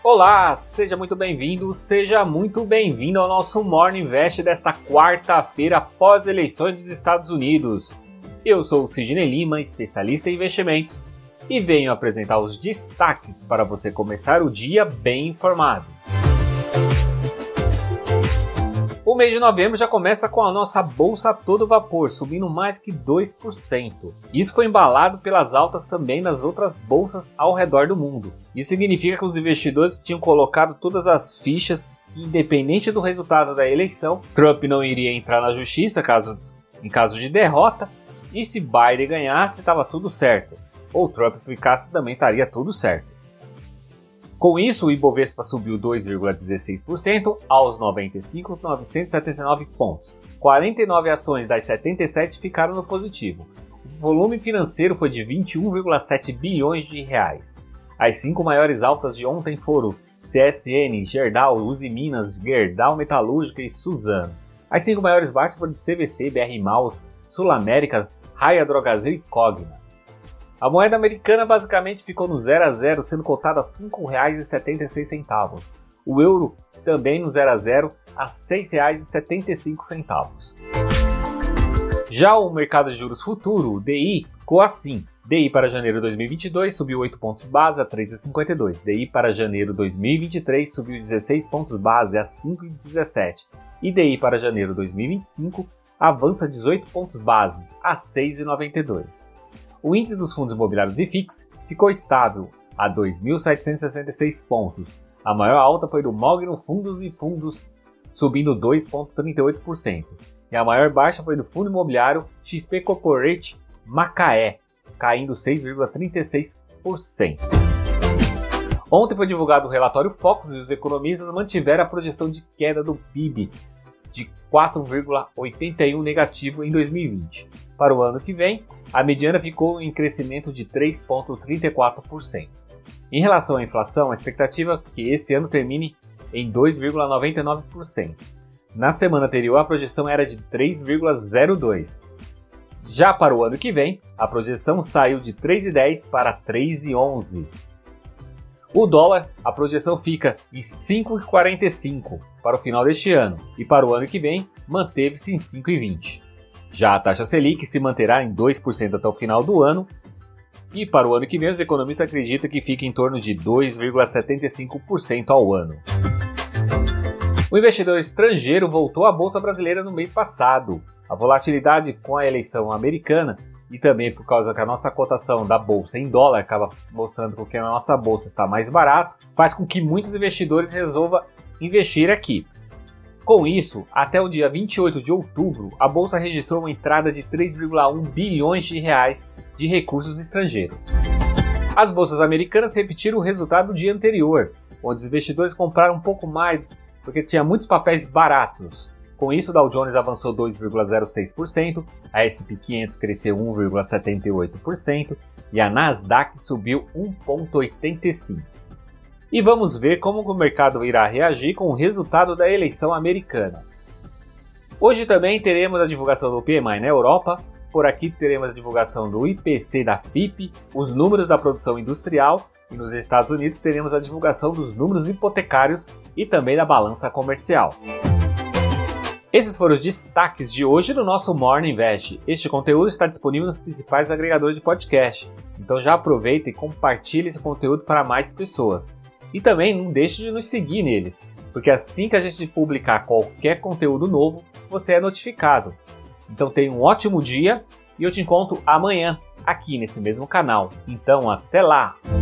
Olá, seja muito bem-vindo ao nosso Morning Invest desta quarta-feira após eleições dos Estados Unidos. Eu sou o Sidney Lima, especialista em investimentos, e venho apresentar os destaques para você começar o dia bem informado. O mês de novembro já começa com a nossa bolsa a todo vapor, subindo mais que 2%. Isso foi embalado pelas altas também nas outras bolsas ao redor do mundo. Isso significa que os investidores tinham colocado todas as fichas que, independente do resultado da eleição, Trump não iria entrar na justiça em caso de derrota, e se Biden ganhasse estava tudo certo, ou Trump ficasse também estaria tudo certo. Com isso, o Ibovespa subiu 2,16% aos 95.979 pontos. 49 ações das 77 ficaram no positivo. O volume financeiro foi de 21,7 bilhões de reais. As 5 maiores altas de ontem foram CSN, Gerdau, Uzi Minas, Gerdau Metalúrgica e Suzano. As 5 maiores baixas foram de CVC, BR Malls, Sul América, Raia Drogasil e Cogna. A moeda americana basicamente ficou no 0 a 0, sendo cotada a R$ 5,76. O euro também no 0 a 0 a R$ 6,75. Já o mercado de juros futuro, o DI, ficou assim. DI para janeiro de 2022 subiu 8 pontos base a 3,52. DI para janeiro de 2023 subiu 16 pontos base a 5,17. E DI para janeiro de 2025 avança 18 pontos base a 6,92. O índice dos fundos imobiliários IFIX ficou estável a 2.766 pontos. A maior alta foi do Mogno Fundos e Fundos, subindo 2,38%. E a maior baixa foi do fundo imobiliário XP Corporate Macaé, caindo 6,36%. Ontem foi divulgado o relatório Focus e os economistas mantiveram a projeção de queda do PIB de 4,81 negativo em 2020. Para o ano que vem, a mediana ficou em crescimento de 3,34%. Em relação à inflação, a expectativa é que esse ano termine em 2,99%. Na semana anterior, a projeção era de 3,02%. Já para o ano que vem, a projeção saiu de 3,10 para 3,11. O dólar, a projeção fica em 5,45 para o final deste ano e para o ano que vem manteve-se em 5,20. Já a taxa Selic se manterá em 2% até o final do ano e para o ano que vem os economistas acreditam que fica em torno de 2,75% ao ano. O investidor estrangeiro voltou à Bolsa Brasileira no mês passado. A volatilidade com a eleição americana e também por causa que a nossa cotação da bolsa em dólar acaba mostrando que a nossa bolsa está mais barato, faz com que muitos investidores resolvam investir aqui. Com isso, até o dia 28 de outubro, a bolsa registrou uma entrada de 3,1 bilhões de reais de recursos estrangeiros. As bolsas americanas repetiram o resultado do dia anterior, onde os investidores compraram um pouco mais porque tinha muitos papéis baratos. Com isso, o Dow Jones avançou 2,06%, a S&P 500 cresceu 1,78% e a Nasdaq subiu 1,85%. E vamos ver como o mercado irá reagir com o resultado da eleição americana. Hoje também teremos a divulgação do PMI na Europa, por aqui teremos a divulgação do IPC da FIP, os números da produção industrial e nos Estados Unidos teremos a divulgação dos números hipotecários e também da balança comercial. Esses foram os destaques de hoje do nosso Morning Invest. Este conteúdo está disponível nos principais agregadores de podcast, então já aproveita e compartilhe esse conteúdo para mais pessoas. E também não deixe de nos seguir neles, porque assim que a gente publicar qualquer conteúdo novo, você é notificado. Então tenha um ótimo dia e eu te encontro amanhã aqui nesse mesmo canal. Então até lá!